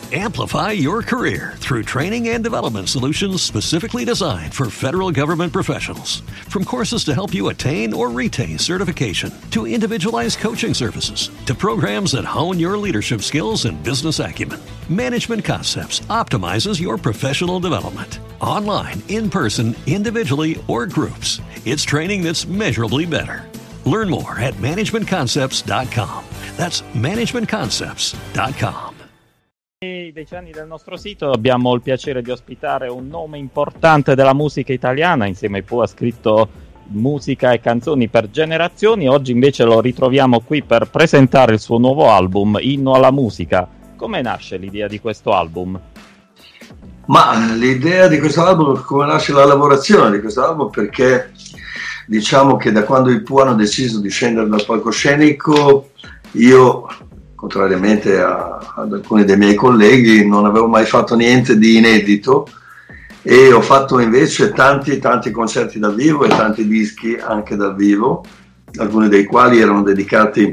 Amplify your career through training and development solutions specifically designed for federal government professionals. From courses to help you attain or retain certification, to individualized coaching services, to programs that hone your leadership skills and business acumen, Management Concepts optimizes your professional development. Online, in person, individually, or groups, it's training that's measurably better. Learn more at managementconcepts.com. That's managementconcepts.com. Nei decenni del nostro sito abbiamo il piacere di ospitare un nome importante della musica italiana. Insieme ai Pooh ha scritto musica e canzoni per generazioni. Oggi invece lo ritroviamo qui per presentare il suo nuovo album, Inno alla musica. Come nasce l'idea di questo album? Ma l'idea di questo album, come nasce la lavorazione di questo album? Perché diciamo che da quando i Pooh hanno deciso di scendere dal palcoscenico, io, contrariamente ad alcuni dei miei colleghi, non avevo mai fatto niente di inedito e ho fatto invece tanti concerti dal vivo e tanti dischi anche dal vivo, alcuni dei quali erano dedicati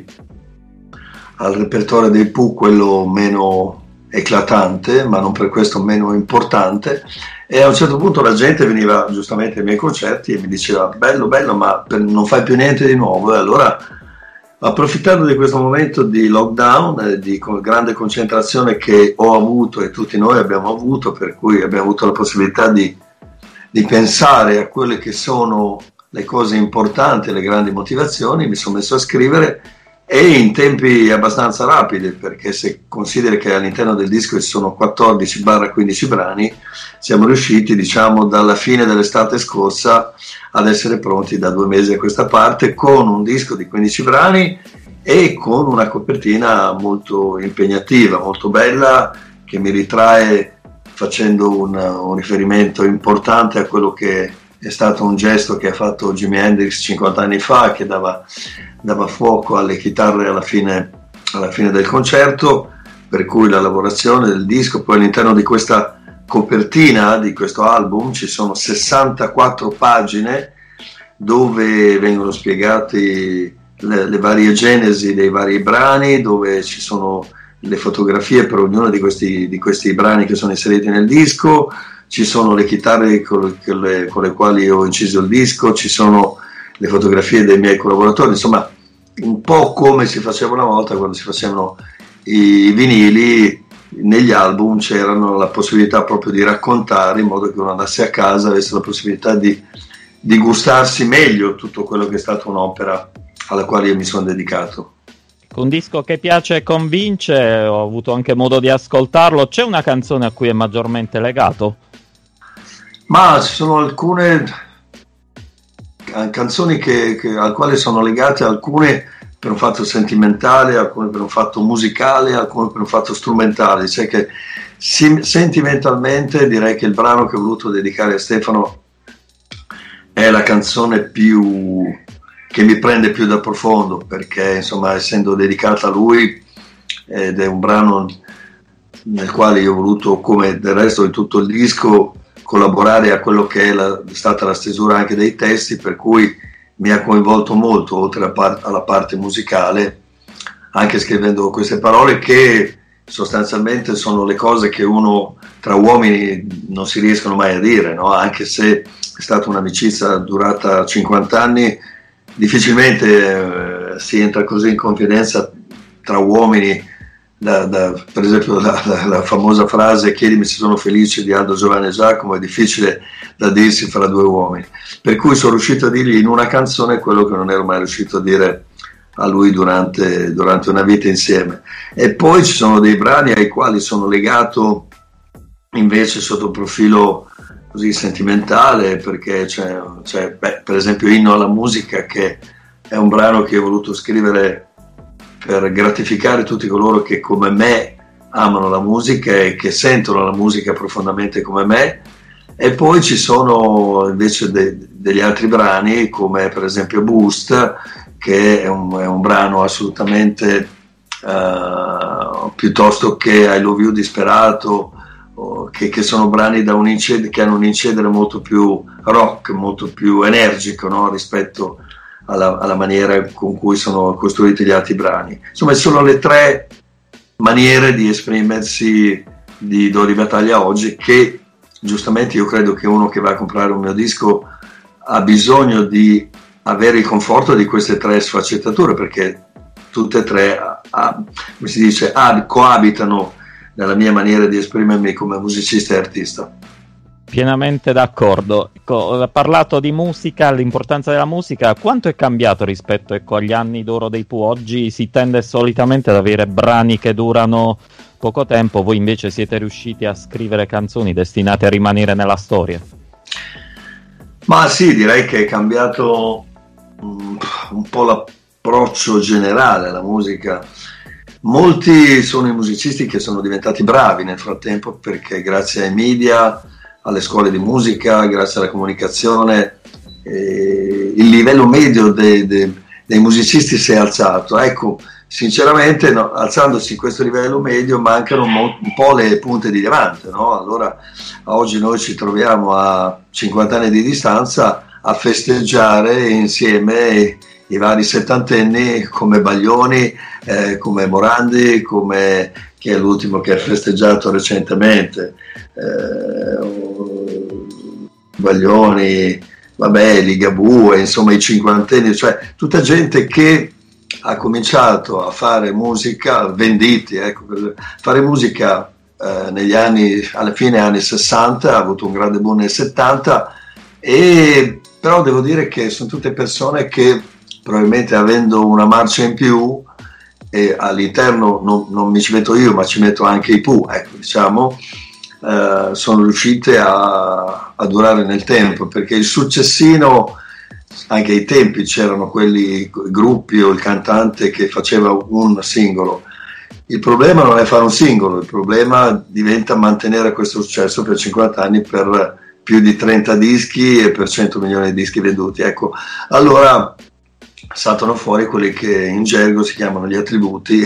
al repertorio dei Pooh, quello meno eclatante, ma non per questo meno importante. E a un certo punto la gente veniva giustamente ai miei concerti e mi diceva bello, ma non fai più niente di nuovo. E allora, approfittando di questo momento di lockdown, di grande concentrazione che ho avuto e tutti noi abbiamo avuto, per cui abbiamo avuto la possibilità di pensare a quelle che sono le cose importanti, le grandi motivazioni, mi sono messo a scrivere, e in tempi abbastanza rapidi, perché se consideri che all'interno del disco ci sono 14-15 brani, siamo riusciti, diciamo, dalla fine dell'estate scorsa ad essere pronti da 2 mesi a questa parte con un disco di 15 brani e con una copertina molto impegnativa, molto bella, che mi ritrae facendo un riferimento importante a quello che è stato un gesto che ha fatto Jimi Hendrix 50 anni fa, che dava fuoco alle chitarre alla fine del concerto, per cui la lavorazione del disco. Poi all'interno di questa copertina di questo album ci sono 64 pagine dove vengono spiegati le varie genesi dei vari brani, dove ci sono le fotografie per ognuno di questi brani che sono inseriti nel disco, ci sono le chitarre con le quali ho inciso il disco, ci sono le fotografie dei miei collaboratori, insomma un po' come si faceva una volta quando si facevano i vinili. Negli album c'erano la possibilità proprio di raccontare, in modo che uno andasse a casa avesse la possibilità di gustarsi meglio tutto quello che è stata un'opera alla quale io mi sono dedicato. Un disco che piace e convince, ho avuto anche modo di ascoltarlo. C'è una canzone a cui è maggiormente legato? Ma ci sono alcune canzoni al quale sono legate, alcune per un fatto sentimentale, alcune per un fatto musicale, alcune per un fatto strumentale. Cioè che sentimentalmente direi che il brano che ho voluto dedicare a Stefano è la canzone che mi prende più da profondo, perché insomma, essendo dedicata a lui, ed è un brano nel quale io ho voluto, come del resto di tutto il disco, collaborare a quello che è stata la stesura anche dei testi, per cui mi ha coinvolto molto, oltre alla parte musicale, anche scrivendo queste parole che sostanzialmente sono le cose che uno tra uomini non si riescono mai a dire, no? Anche se è stata un'amicizia durata 50 anni, difficilmente si entra così in confidenza tra uomini. Per esempio la famosa frase "chiedimi se sono felice" di Aldo, Giovanni e Giacomo è difficile da dirsi fra 2 uomini, per cui sono riuscito a dirgli in una canzone quello che non ero mai riuscito a dire a lui durante una vita insieme. E poi ci sono dei brani ai quali sono legato invece sotto il profilo così sentimentale, perché c'è per esempio Inno alla musica, che è un brano che ho voluto scrivere per gratificare tutti coloro che come me amano la musica e che sentono la musica profondamente come me. E poi ci sono invece degli altri brani, come per esempio Boost, che è un brano assolutamente piuttosto che I Love You disperato, che sono brani che hanno un incedere molto più rock, molto più energico, no? Rispetto alla maniera con cui sono costruiti gli altri brani. Insomma, sono le 3 maniere di esprimersi do di battaglia oggi, che giustamente io credo che uno che va a comprare un mio disco ha bisogno di avere il conforto di queste 3 sfaccettature, perché tutte e 3 come si dice, coabitano nella mia maniera di esprimermi come musicista e artista. Pienamente d'accordo. Ho parlato di musica, l'importanza della musica. Quanto è cambiato rispetto agli anni d'oro dei Pooh? Oggi si tende solitamente ad avere brani che durano poco tempo, voi invece siete riusciti a scrivere canzoni destinate a rimanere nella storia. Ma sì, direi che è cambiato un po' l'approccio generale alla musica. Molti sono i musicisti che sono diventati bravi nel frattempo, perché grazie ai media, alle scuole di musica, grazie alla comunicazione, il livello medio dei musicisti si è alzato. Ecco, sinceramente, no, alzandosi questo livello medio mancano un po' le punte di diamante, no? Allora oggi noi ci troviamo a 50 anni di distanza a festeggiare insieme i vari settantenni come Baglioni, come Morandi, come che è l'ultimo che ha festeggiato recentemente, Baglioni, vabbè, Ligabue, insomma i cinquantenni, cioè tutta gente che ha cominciato a fare musica, Venditti, ecco, fare musica negli anni, alla fine anni 60, ha avuto un grande boom nel 70, e però devo dire che sono tutte persone che probabilmente, avendo una marcia in più, e all'interno non mi ci metto io ma ci metto anche i Pooh, ecco, diciamo, sono riuscite a durare nel tempo, perché il successino, anche ai tempi c'erano quelli gruppi o il cantante che faceva un singolo. Il problema non è fare un singolo, il problema diventa mantenere questo successo per 50 anni, per più di 30 dischi e per 100 milioni di dischi venduti. Ecco, allora saltano fuori quelli che in gergo si chiamano gli attributi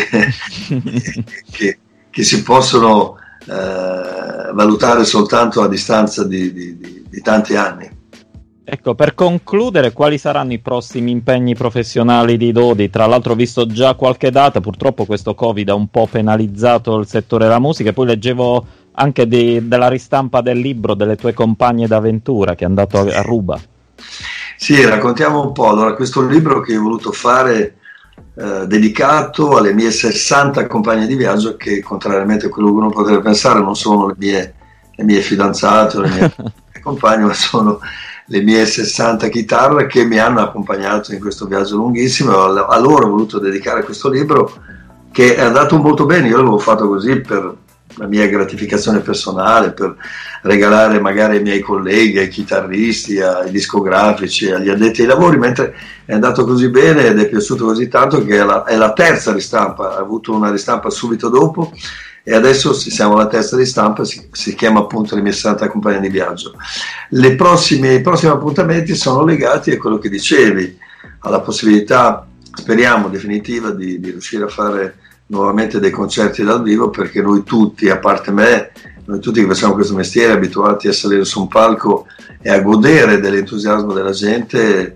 che si possono valutare soltanto a distanza di tanti anni. Ecco, per concludere, quali saranno i prossimi impegni professionali di Dodi? Tra l'altro ho visto già qualche data, purtroppo questo Covid ha un po' penalizzato il settore della musica, e poi leggevo anche della ristampa del libro delle tue compagne d'avventura che è andato a ruba. Sì, raccontiamo un po'. Allora, questo libro che ho voluto fare dedicato alle mie 60 compagne di viaggio, che contrariamente a quello che uno potrebbe pensare non sono le mie fidanzate o le mie compagne, ma sono le mie 60 chitarre che mi hanno accompagnato in questo viaggio lunghissimo. A loro ho voluto dedicare questo libro, che è andato molto bene. Io l'avevo fatto così per la mia gratificazione personale, per regalare magari ai miei colleghi, ai chitarristi, ai discografici, agli addetti ai lavori, mentre è andato così bene ed è piaciuto così tanto che è la terza ristampa. Ha avuto una ristampa subito dopo, e adesso siamo alla terza ristampa, si chiama appunto Le mie 60 compagne di viaggio. I prossimi appuntamenti sono legati a quello che dicevi, alla possibilità, speriamo definitiva, di riuscire a fare nuovamente dei concerti dal vivo, perché noi tutti, a parte me, noi tutti che facciamo questo mestiere, abituati a salire su un palco e a godere dell'entusiasmo della gente,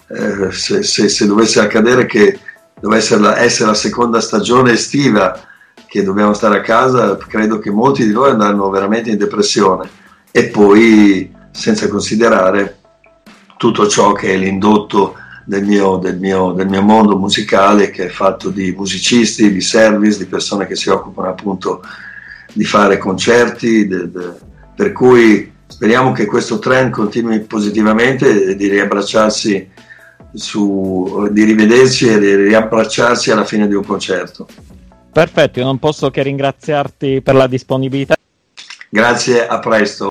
se dovesse accadere che dovesse essere la seconda stagione estiva che dobbiamo stare a casa, credo che molti di noi andranno veramente in depressione, e poi senza considerare tutto ciò che è l'indotto del mio mondo musicale, che è fatto di musicisti, di service, di persone che si occupano appunto di fare concerti, per cui speriamo che questo trend continui positivamente e di riabbracciarsi di rivederci e di riabbracciarsi alla fine di un concerto. Perfetto, io non posso che ringraziarti per la disponibilità. Grazie, a presto.